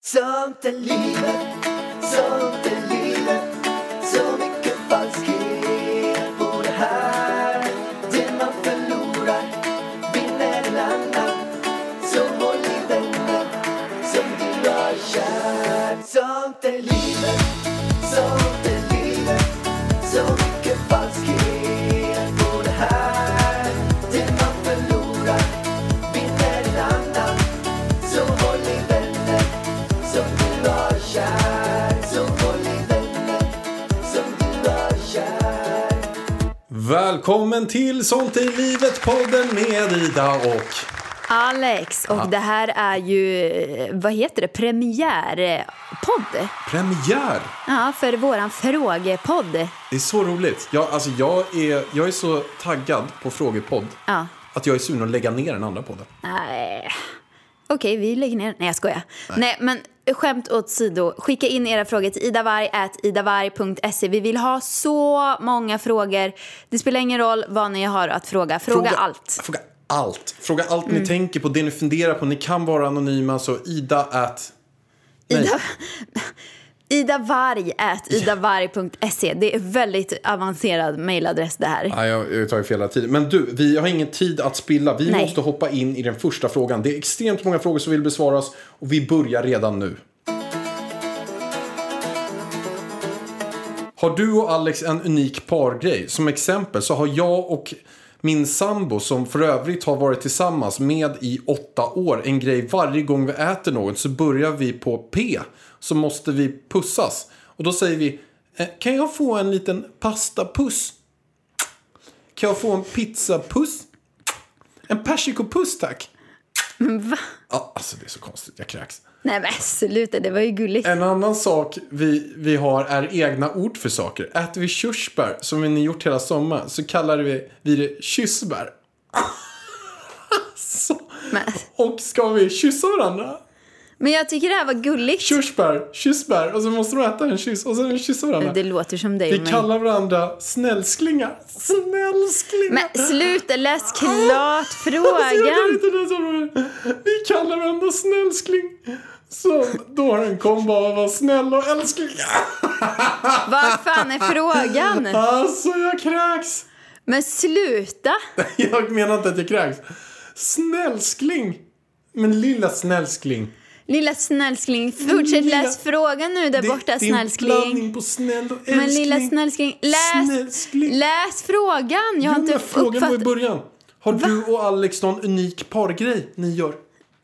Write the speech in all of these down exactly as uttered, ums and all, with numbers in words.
Sånt är livet, sånt är livet. Så mycket falskhet på det här. Det man förlorar vinner en annan. Så håll i vänner som du har kär. Sånt är livet, sånt är livet. Så mycket falskhet på det här. Det man förlorar vinner en annan. Så håll i vänner som du har kär. Så håll i vänner som du har kär. Välkommen till Sånt i livet-podden med Ida och Alex, och Ja. det här är ju, vad heter det, premiärpodd. premiär. Ja, för våran frågepodd. Det är så roligt. Jag, alltså, jag, är, jag är så taggad på frågepodd Ja. att jag är sugen att lägga ner den andra podden. Nej. Okej, vi lägger ner. Nej, jag skojar. Nej. Nej, men skämt åt sido. Skicka in era frågor till idavarg at idavarg punkt se. Vi vill ha så många frågor. Det spelar ingen roll vad ni har att fråga. Fråga, fråga allt. Fråga allt. Fråga allt Mm. ni tänker på, det ni funderar på. Ni kan vara anonyma, så Ida at... Nej. Ida, idavarg at idavarg punkt se. Det är väldigt avancerad mailadress det här. Nej, jag, jag tar ju fel hela tiden. Men du, vi har ingen tid att spilla. Vi Nej. måste hoppa in i den första frågan. Det är extremt många frågor som vill besvaras. Och vi börjar redan nu. Har du och Alex en unik pargrej? Som exempel så har jag och min sambo, som för övrigt har varit tillsammans med i åtta år, en grej varje gång vi äter något så börjar vi på P. Så måste vi pussas. Och då säger vi, eh, kan jag få en liten pastapuss? Kan jag få en pizzapuss? En persikopuss, tack. Va? Ja, alltså det är så konstigt, jag kräks. Nej men sluta, det var ju gulligt. En annan sak vi, vi har är egna ord för saker. Äter vi körsbär, som vi har gjort hela sommaren, så kallar vi, vi det kyssbär. Så. Men, Och ska vi kyssa varandra? men jag tycker det här var gulligt. Körsbär, kyssbär. Och så måste de äta en kyss. Och sen kyssa varandra. Det låter som dig Vi och mig. kallar varandra snällsklingar. Snällsklingar. Men sluta, läs klart Alltså, jag frågan. kan inte läsa frågan. Vi kallar varandra snällskling. Så då har en kombo av att vara snäll och älskling. Vad fan är frågan? Alltså jag kräks. Men sluta. Jag menar inte att jag kräks. Snällskling. Men lilla snällskling. Lilla snällskling, fortsätt Lilla- läs frågan nu där Det- borta, det är en snällskling. blandning på snäll och älskling. Men lilla snällskling, läs, Snällskling. läs frågan. Jag har Jo, inte men frågan var i uppfattat. början. Har du och Alex någon unik pargrej ni gör?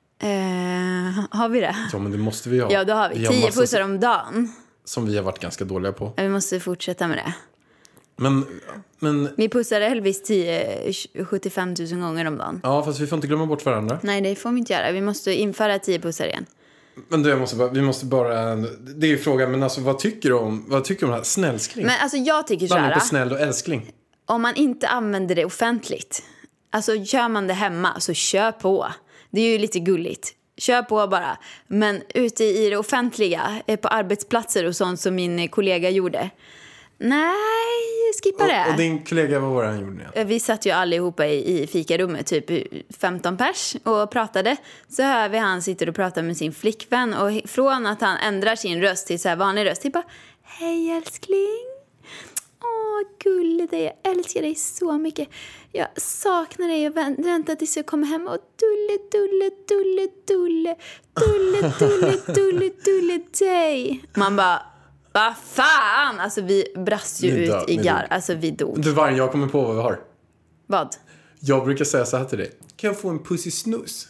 Eh, har vi det? Ja, men det måste vi ha. Ja, då har vi. Tio massa pussar om dagen. som vi har varit ganska dåliga på. Vi måste fortsätta med det. Men, men Vi pussar Elvis tio, sjuttiofem tusen gånger om dagen. ja, fast vi får inte glömma bort varandra. Nej, det får vi inte göra. Vi måste införa tio pussar igen. Men du, jag måste bara, vi måste bara, det är ju frågan, men alltså vad tycker du om, vad tycker du om det här? Snällskling? Men alltså jag tycker så Blandning här. på snäll och älskling. Om man inte använder det offentligt, alltså gör man det hemma, så kör på. Det är ju lite gulligt. Kör på bara. Men ute i det offentliga, eh, på arbetsplatser och sånt som min kollega gjorde. Nej, skippa det. Och, och din kollega, vad var det han gjorde nu? Vi satt ju allihopa i, i fikarummet, typ femton pers, och pratade. Så hör vi han sitter och pratar med sin flickvän. Och från att han ändrar sin röst till så här vanlig röst, typ bara, hej älskling. Åh, gullig dig. Jag älskar dig så mycket. Jag saknar dig och vänt- väntar tills jag kommer hem. Och dulle, dulle, dulle, dulle. Dulle, dulle, dulle, dulle dig. Man bara, vad fan? Alltså vi brast ju Ni ut dör, i ni gar. dog. Alltså vi dog. Du, Vargen, jag kommer på vad vi har. Vad? Jag brukar säga så här till dig. Kan jag få en pussy snus?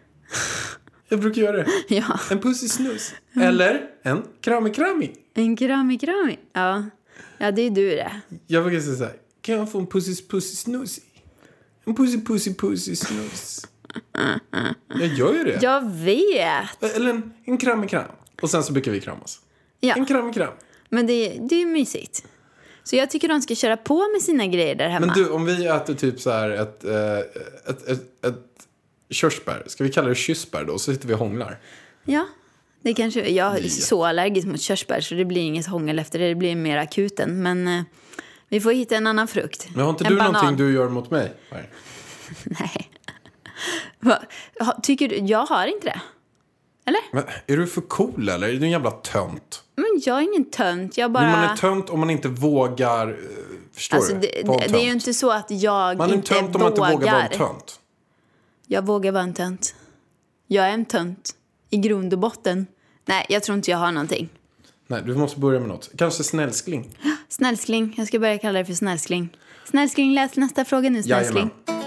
Jag brukar göra det. Ja, En pussy snus. Eller en krami krami. en krami krami. Ja. Ja, det är du det. Jag brukar säga så här. Kan jag få en pussy pussy snus? En pussy pussy pussy snus. Jag gör ju det. Jag vet. Eller en, en krami kram. Och sen så brukar vi kramas. Ja, En krami kram. men det, det är ju mysigt. Så jag tycker de ska köra på med sina grejer där hemma. Men du, om vi äter typ så här ett, eh, ett, ett, ett körsbär. Ska vi kalla det kyssbär då? Så sitter vi och hånglar. Ja, det kanske... Jag är Ja. så allergisk mot körsbär så det blir inget hångel efter det. Det blir mer akuten. Men eh, vi får hitta en annan frukt. Men har inte en du banan. någonting du gör mot mig? Nej. Va? Ha- Tycker du... Jag har inte det. Eller? Men är du för cool eller? Är du en jävla tönt? Men jag är ingen tönt. Jag bara... Men man är tönt om man inte vågar... Förstår alltså, du? det, det, det är ju inte så att jag man är inte tönt vågar. om man inte vågar vara en tönt. Jag vågar vara en tönt. Jag är en tönt. I grund och botten. Nej, jag tror inte jag har någonting. Nej, du måste börja med något. Kanske snällskling. Snällskling. Jag ska börja kalla det för snällskling. Snällskling, läs nästa fråga nu, snällskling. Jajamän.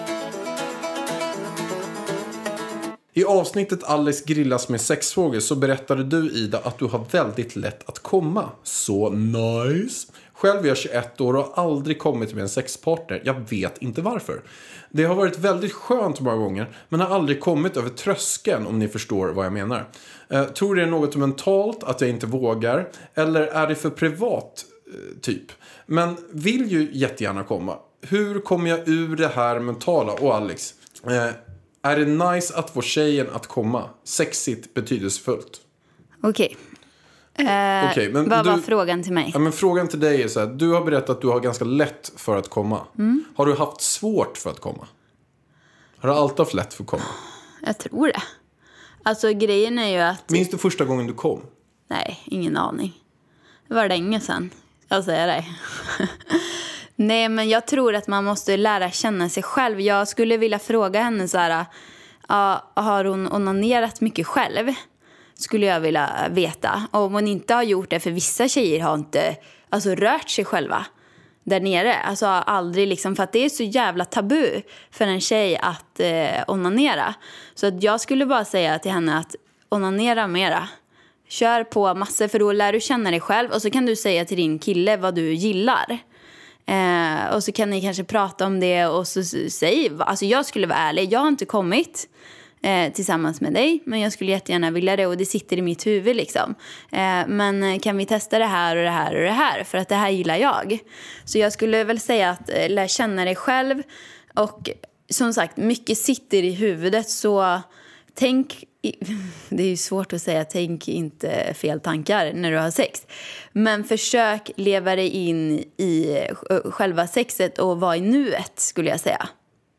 I avsnittet Alice grillas med sexfrågor så berättade du, Ida, att du har väldigt lätt att komma. Så nice. Själv är jag tjugoett år och har aldrig kommit med en sexpartner. Jag vet inte varför. Det har varit väldigt skönt många gånger, men har aldrig kommit över tröskeln, om ni förstår vad jag menar. Eh, tror det är något mentalt att jag inte vågar, eller är det för privat eh, typ? Men vill ju jättegärna komma. Hur kommer jag ur det här mentala? Och Alex, eh, är det nice att få tjejen att komma? Sexigt, betydelsefullt. Okej. Eh, Okej, men vad du- var frågan till mig? Ja, men frågan till dig är så här. Du har berättat att du har ganska lätt för att komma. Mm. Har du haft svårt för att komma? Har du alltid haft lätt för att komma? Jag tror det. Alltså grejen är ju att... Minns du första gången du kom? Nej, ingen aning. Det var länge sedan. Jag säger det. Nej, men jag tror att man måste lära känna sig själv. Jag skulle vilja fråga henne så här. Ja, har hon onanerat mycket själv? Skulle jag vilja veta. Och om hon inte har gjort det, för vissa tjejer har inte alltså, rört sig själva där nere. Alltså aldrig liksom, för att det är så jävla tabu för en tjej att eh, onanera. Så att jag skulle bara säga till henne att onanera mera. Kör på massor, för då lär du känna dig själv. Och så kan du säga till din kille vad du gillar. Eh, och så kan ni kanske prata om det. Och så säg, alltså jag skulle vara ärlig. Jag har inte kommit eh, tillsammans med dig. Men jag skulle jättegärna vilja det. Och det sitter i mitt huvud liksom. Eh, men kan vi testa det här och det här och det här? För att det här gillar jag. Så jag skulle väl säga att eh, lär känna dig själv. Och som sagt, mycket sitter i huvudet. Så tänk... Det är ju svårt att säga tänk inte fel tankar när du har sex. Men försök leva dig in i själva sexet och vara i nuet, skulle jag säga.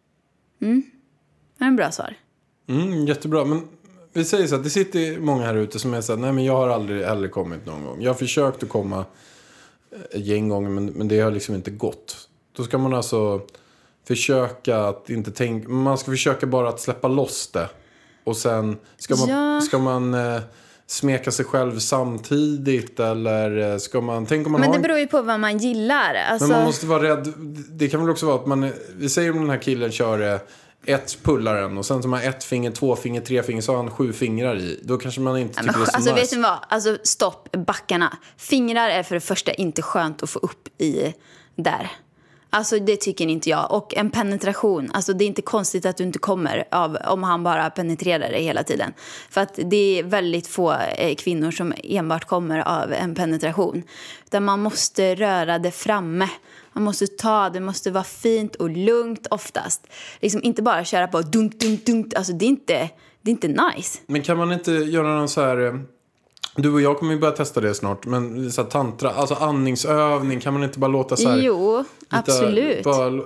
Mm. Det är en bra svar. Mm, jättebra. Men vi säger så att det sitter många här ute som är så här, nej men jag har aldrig heller kommit någon gång. Jag har försökt att komma ett gäng gånger, men, men det har liksom inte gått. Då ska man alltså försöka att inte tänka, man ska försöka bara att släppa loss det. Och sen ska man, ja. ska man eh, smeka sig själv samtidigt, eller ska man, tänk om man Men har det en, beror ju på vad man gillar. Alltså... men man måste vara rädd. Det kan väl också vara att man, vi säger om den här killen kör eh, ett pullaren och sen som har ett finger, två finger, tre finger, så har han sju fingrar i. Då kanske man inte tycker men, det är så alltså, nice. vet ni vad? Alltså stopp, backarna. Fingrar är för det första inte skönt att få upp i där. Alltså det tycker inte jag. Och en penetration, alltså det är inte konstigt att du inte kommer av, om han bara penetrerar dig hela tiden. För att det är väldigt få eh, kvinnor som enbart kommer av en penetration. Utan man måste röra det framme. Man måste ta, det måste vara fint och lugnt oftast. Liksom inte bara köra på dunk, dunk, dunk. Alltså det är inte, det är inte nice. Men kan man inte göra någon så här... eh, Du och jag kommer ju börja testa det snart. Men så här tantra, alltså andningsövning, kan man inte bara låta så här... Jo, lite, absolut. Bara,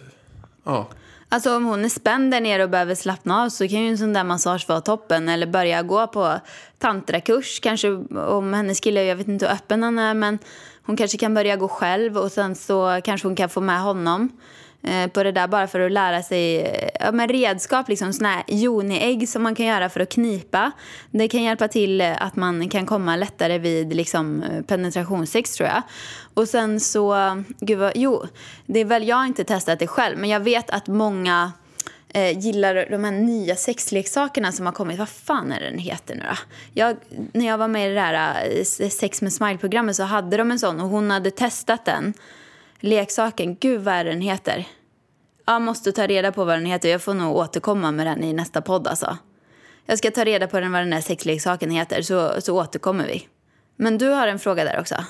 ja. Alltså om hon är spänd där nere och behöver slappna av, så kan ju en sån där massage vara toppen. Eller börja gå på tantrakurs. Kanske om hennes kille, jag vet inte hur öppen han är, men hon kanske kan börja gå själv. Och sen så kanske hon kan få med honom eh, på det där, bara för att lära sig ja, men redskap, liksom såna här joniägg som man kan göra för att knipa. Det kan hjälpa till att man kan komma lättare vid liksom penetrationssex, tror jag. Och sen så, gud vad, jo, det är väl, jag har inte testat det själv, men jag vet att många eh, gillar de här nya sexleksakerna som har kommit. Vad fan är den heter nu då? Jag, när jag var med i det där eh, Sex med Smile-programmet så hade de en sån och hon hade testat den leksaken. Gud vad är den heter? Jag måste ta reda på vad den heter. Jag får nog återkomma med den i nästa podd alltså. Jag ska ta reda på den, vad den här sexleksaken heter, så, så återkommer vi. Men du har en fråga där också.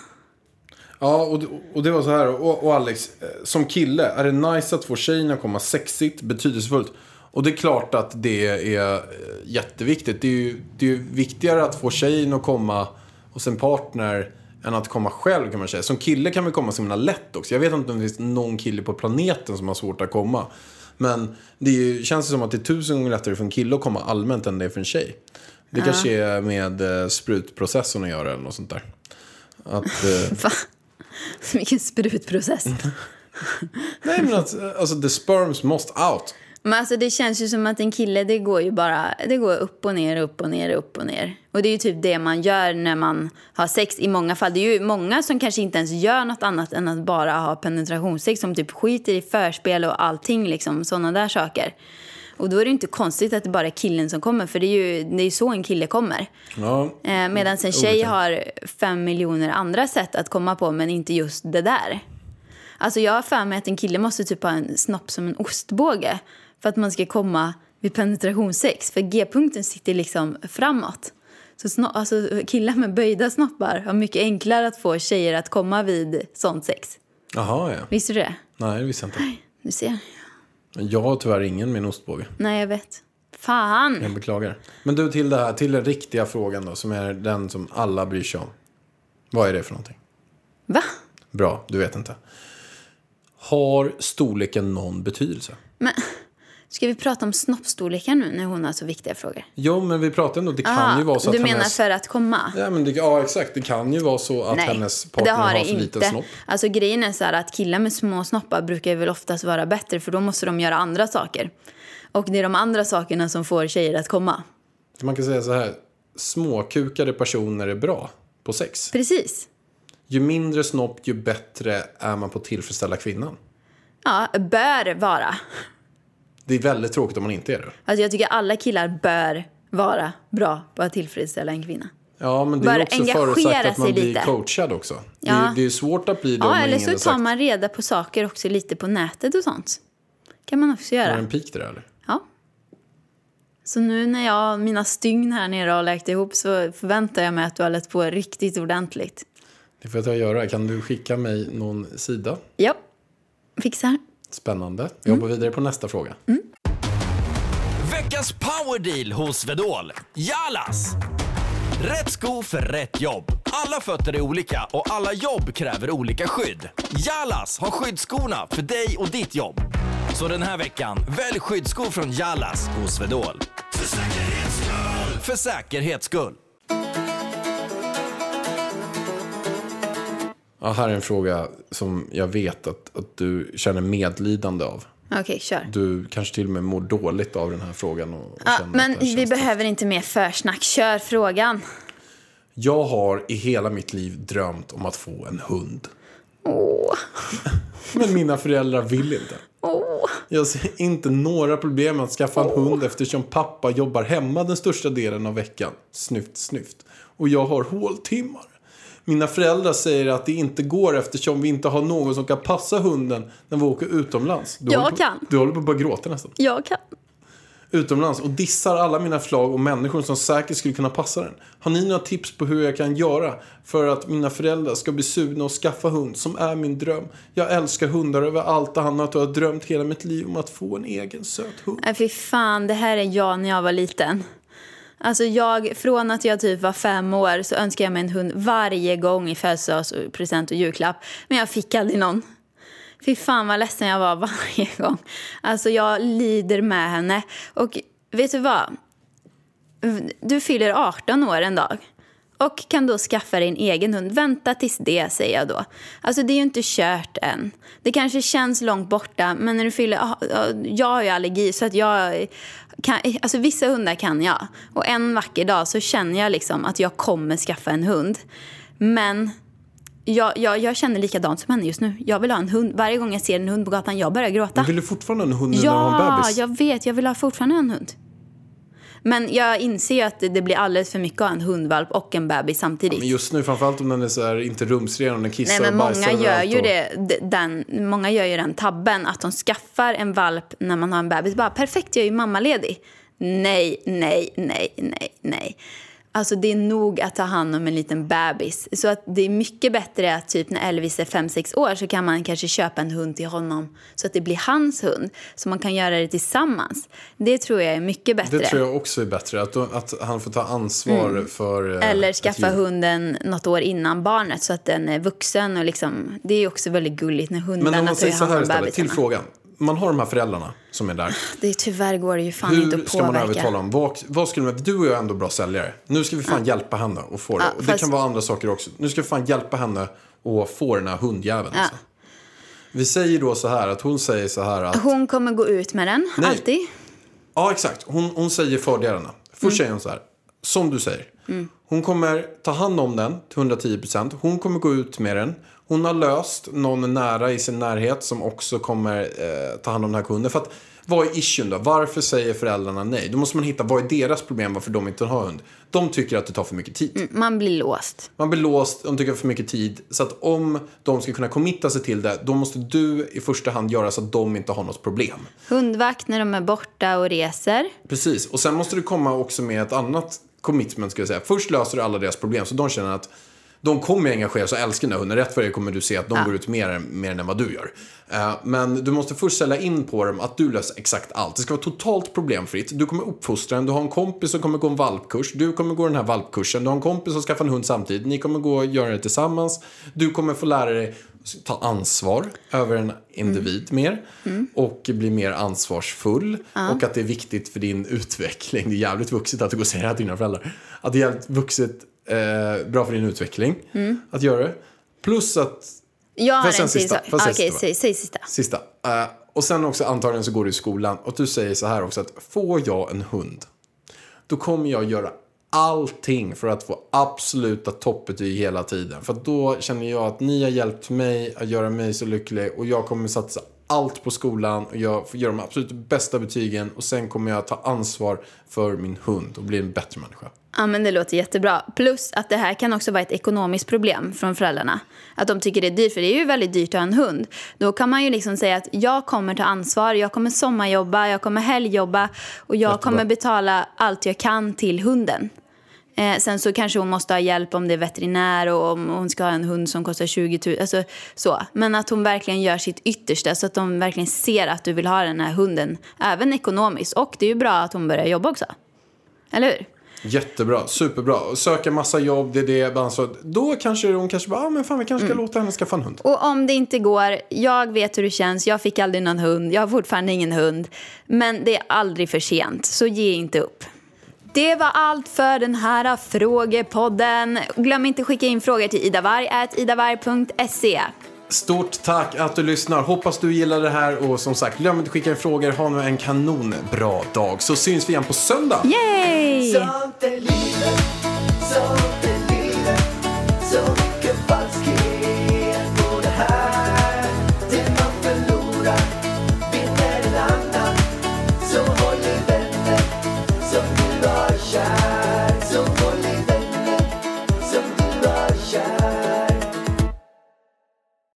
Ja, och, och det var så här. Och, och Alex, som kille, är det nice att få tjejerna komma sexigt, betydelsefullt? Och det är klart att det är jätteviktigt. Det är ju, det är ju viktigare att få tjejen att komma hos en partner än att komma själv, kan man säga. Som kille kan man komma så himla lätt också. Jag vet inte om det finns någon kille på planeten som har svårt att komma. Men det är ju, känns det som att det är tusen gånger lättare för en kille att komma allmänt än det är för en tjej. Det kanske är med eh, sprutprocessen att göra eller något sånt där. Att, eh... Va? Vilken sprutprocess. Nej, men att, alltså the sperms must out. Men alltså det känns ju som att en kille, det går ju bara, det går upp och ner, upp och ner, upp och ner. Och det är ju typ det man gör när man har sex i många fall. Det är ju många som kanske inte ens gör något annat än att bara ha penetrationssex, som typ skiter i förspel och allting liksom, sådana där saker. Och då är det inte konstigt att det bara är killen som kommer, för det är ju, det är ju så en kille kommer. Ja. Eh, medan en tjej har fem miljoner andra sätt att komma på, men inte just det där. Alltså jag har för mig att en kille måste typ ha en snopp som en ostbåge för att man ska komma vid penetrationssex. För G-punkten sitter liksom framåt. Så sno- alltså, killar med böjda snoppar har mycket enklare att få tjejer att komma vid sånt sex. Jaha, ja. Visste du det? Nej, det visste jag inte. Du ser. Jag har tyvärr ingen med en ostbåge. Nej, jag vet. Fan. Jag beklagar. Men du, till det här, till den riktiga frågan då, som är den som alla bryr sig om. Vad är det för någonting? Va? Bra, du vet inte. Har storleken någon betydelse? Men ska vi prata om snoppstorleken nu när hon har så viktiga frågor? Jo, men vi pratar ändå. Det kan ah, ju vara så du att menar hennes... för att komma? Ja, men det, ja, exakt. Det kan ju vara så att Nej, hennes partner det har, har det för inte. liten snopp. Alltså grejen är så här att killar med små snoppar brukar väl oftast vara bättre, för då måste de göra andra saker. Och det är de andra sakerna som får tjejer att komma. Man kan säga så här. Småkukade personer är bra på sex. Precis. Ju mindre snopp, ju bättre är man på att tillfredsställa kvinnan. Ja, bör vara. Det är väldigt tråkigt om man inte är det. Alltså jag tycker alla killar bör vara bra på att tillfredsställa en kvinna. Ja, men det är Bara också engagera förutsatt att man sig blir lite. coachad också. Ja. Det, är, det är svårt att bli det om Ja, man eller ingen så har tar sagt. man reda på saker också lite på nätet och sånt. Kan man också Är göra. det en pik där eller? Ja. Så nu när jag mina stygn här nere har läkt ihop, så förväntar jag mig att du har lett på riktigt ordentligt. Det får jag göra. Kan du skicka mig någon sida? Ja, fixar. Spännande. Jag hoppar vidare på nästa fråga. Mm. Veckans powerdeal hos Svedol. Jalas! Rätt sko för rätt jobb. Alla fötter är olika och alla jobb kräver olika skydd. Jalas har skyddsskorna för dig och ditt jobb. Så den här veckan, välj skyddsskor från Jalas hos Svedol. För säkerhets skull! För säkerhets skull. Ja, här är en fråga som jag vet att, att du känner medlidande av. Okej, okay, kör. Du kanske till och med mår dåligt av den här frågan. Och, och Ja, känner men att det vi känns behöver inte mer försnack. Kör frågan. Jag har i hela mitt liv drömt om att få en hund. Åh. Men mina föräldrar vill inte. Åh. Jag ser inte några problem med att skaffa en hund eftersom pappa jobbar hemma den största delen av veckan. Snyft, snyft. Och jag har håltimmar. Mina föräldrar säger att det inte går eftersom vi inte har någon som kan passa hunden när vi åker utomlands. Du Jag håller på, kan. Du håller på att börja gråta nästan. Jag kan. Utomlands och dissar alla mina förslag och människor som säkert skulle kunna passa den. Har ni några tips på hur jag kan göra för att mina föräldrar ska bli sugna och skaffa hund som är min dröm? Jag älskar hundar över allt annat och har drömt hela mitt liv om att få en egen söt hund. Nej, fy fan, det här är jag när jag var liten. Alltså jag, från att jag typ var fem år så önskade jag mig en hund varje gång i födelsedagspresent och julklapp. Men jag fick aldrig någon. Fy fan vad ledsen jag var varje gång. Alltså jag lider med henne. Och vet du vad? Du fyller arton år en dag. Och kan då skaffa dig en egen hund. Vänta tills det, säger jag då. Alltså det är ju inte kört än. Det kanske känns långt borta. Men när du fyller... Jag har ju allergi så att jag... Kan, alltså vissa hundar kan jag. Och en vacker dag så känner jag liksom att jag kommer skaffa en hund. Men... Jag, jag, jag känner likadant som henne just nu. Jag vill ha en hund. Varje gång jag ser en hund på gatan, jag börjar gråta. Men vill du fortfarande ha en hund när ja, du har en bebis? Ja, jag vet. Jag vill ha fortfarande en hund. Men jag inser att det, det blir alldeles för mycket att ha en hundvalp och en bebis samtidigt. Ja, men just nu, framförallt om den är så här, inte rumsren och den kissar. Nej, men och bajsar många gör, ju och... det, den, många gör ju den tabben att de skaffar en valp när man har en bebis. Bara, perfekt, jag är ju mammaledig. Nej, nej, nej, nej, nej. Alltså det är nog att ta hand om en liten bebis. Så att det är mycket bättre att typ när Elvis är fem sex år så kan man kanske köpa en hund till honom. Så att det blir hans hund. Så man kan göra det tillsammans. Det tror jag är mycket bättre. Det tror jag också är bättre. Att, att han får ta ansvar mm. för... Eh, Eller skaffa hunden något år innan barnet så att den är vuxen. Och liksom, det är också väldigt gulligt när hundarna tar hand om bebisarna. Men om man säger så här istället, till frågan. man har de här föräldrarna som är där. Det tyvärr går det ju fan inte att Hur ska man påverka. övertala dem? Vad, vad skulle man, du och jag är ändå bra säljare. Nu ska vi fan ja. hjälpa henne att få det. Ja, och fast... det kan vara andra saker också. Nu ska vi fan hjälpa henne att få den här hundjäveln. Ja. Alltså. Vi säger då så här att hon säger så här att... Hon kommer gå ut med den, Nej. alltid. Ja, exakt. Hon, hon säger fördelarna. Först mm. säger hon så här, som du säger. Mm. Hon kommer ta hand om den till hundratio procent. Hon kommer gå ut med den. Hon har löst någon nära i sin närhet som också kommer eh, ta hand om den här kunden. För att, vad är issuen då? Varför säger föräldrarna nej? Då måste man hitta, vad är deras problem varför de inte har hund? De tycker att det tar för mycket tid. Mm, man blir låst. Man blir låst, de tycker för mycket tid. Så att om de ska kunna committa sig till det, då måste du i första hand göra så att de inte har något problem. Hundvakt när de är borta och reser. Precis, och sen måste du komma också med ett annat commitment, ska jag säga. Först löser du alla deras problem, så de känner att de kommer engagera sig och älskar den här hunden. Rätt för det kommer du se att de ja. går ut mer, mer än vad du gör. Uh, men du måste först sälja in på dem att du löser exakt allt. Det ska vara totalt problemfritt. Du kommer uppfostra den. Du har en kompis som kommer gå en valpkurs. Du kommer gå den här valpkursen. Du har en kompis som skaffar en hund samtidigt. Ni kommer gå och göra det tillsammans. Du kommer få lära dig ta ansvar över en individ mm. mer. Mm. Och bli mer ansvarsfull. Ja. Och att det är viktigt för din utveckling. Det är jävligt vuxit att du går och säger det här till dina föräldrar. Att det är jävligt vuxit. Eh, bra för din utveckling mm. att göra det. Plus att... Jag har en sista. sista. Okej, okay, säg, säg sista. Sista. Uh, och sen också antagligen så går du i skolan. Och du säger så här också att får jag en hund, då kommer jag göra allting för att få absoluta toppbetyg hela tiden. För då känner jag att ni har hjälpt mig att göra mig så lycklig. Och jag kommer satsa allt på skolan. Och jag får göra de absolut bästa betygen. Och sen kommer jag ta ansvar för min hund och bli en bättre människa. Ja, men det låter jättebra. Plus att det här kan också vara ett ekonomiskt problem från föräldrarna. Att de tycker det är dyrt, för det är ju väldigt dyrt att ha en hund. Då kan man ju liksom säga att jag kommer ta ansvar, jag kommer sommarjobba, jag kommer helgjobba och jag Jättebra. kommer betala allt jag kan till hunden. Eh, sen så kanske hon måste ha hjälp om det är veterinär och om hon ska ha en hund som kostar tjugo tusen. Alltså, så. Men att hon verkligen gör sitt yttersta så att de verkligen ser att du vill ha den här hunden. Även ekonomiskt. Och det är ju bra att hon börjar jobba också. Eller hur? Jättebra, superbra. Söka massa jobb, det är det. Alltså, då kanske hon kanske bara, ah, men fan vi kanske ska mm. låta henne skaffa en hund. Och om det inte går, jag vet hur det känns, jag fick aldrig någon hund, jag har fortfarande ingen hund. Men det är aldrig för sent, så ge inte upp. Det var allt för den här frågepodden. Glöm inte skicka in frågor till idavarg at idavarg punkt se. Stort tack att du lyssnar. Hoppas du gillar det här. Och som sagt, glöm inte skicka in frågor. Ha nu en kanonbra dag. Så syns vi igen på söndag. Yay! Sånt är livet, så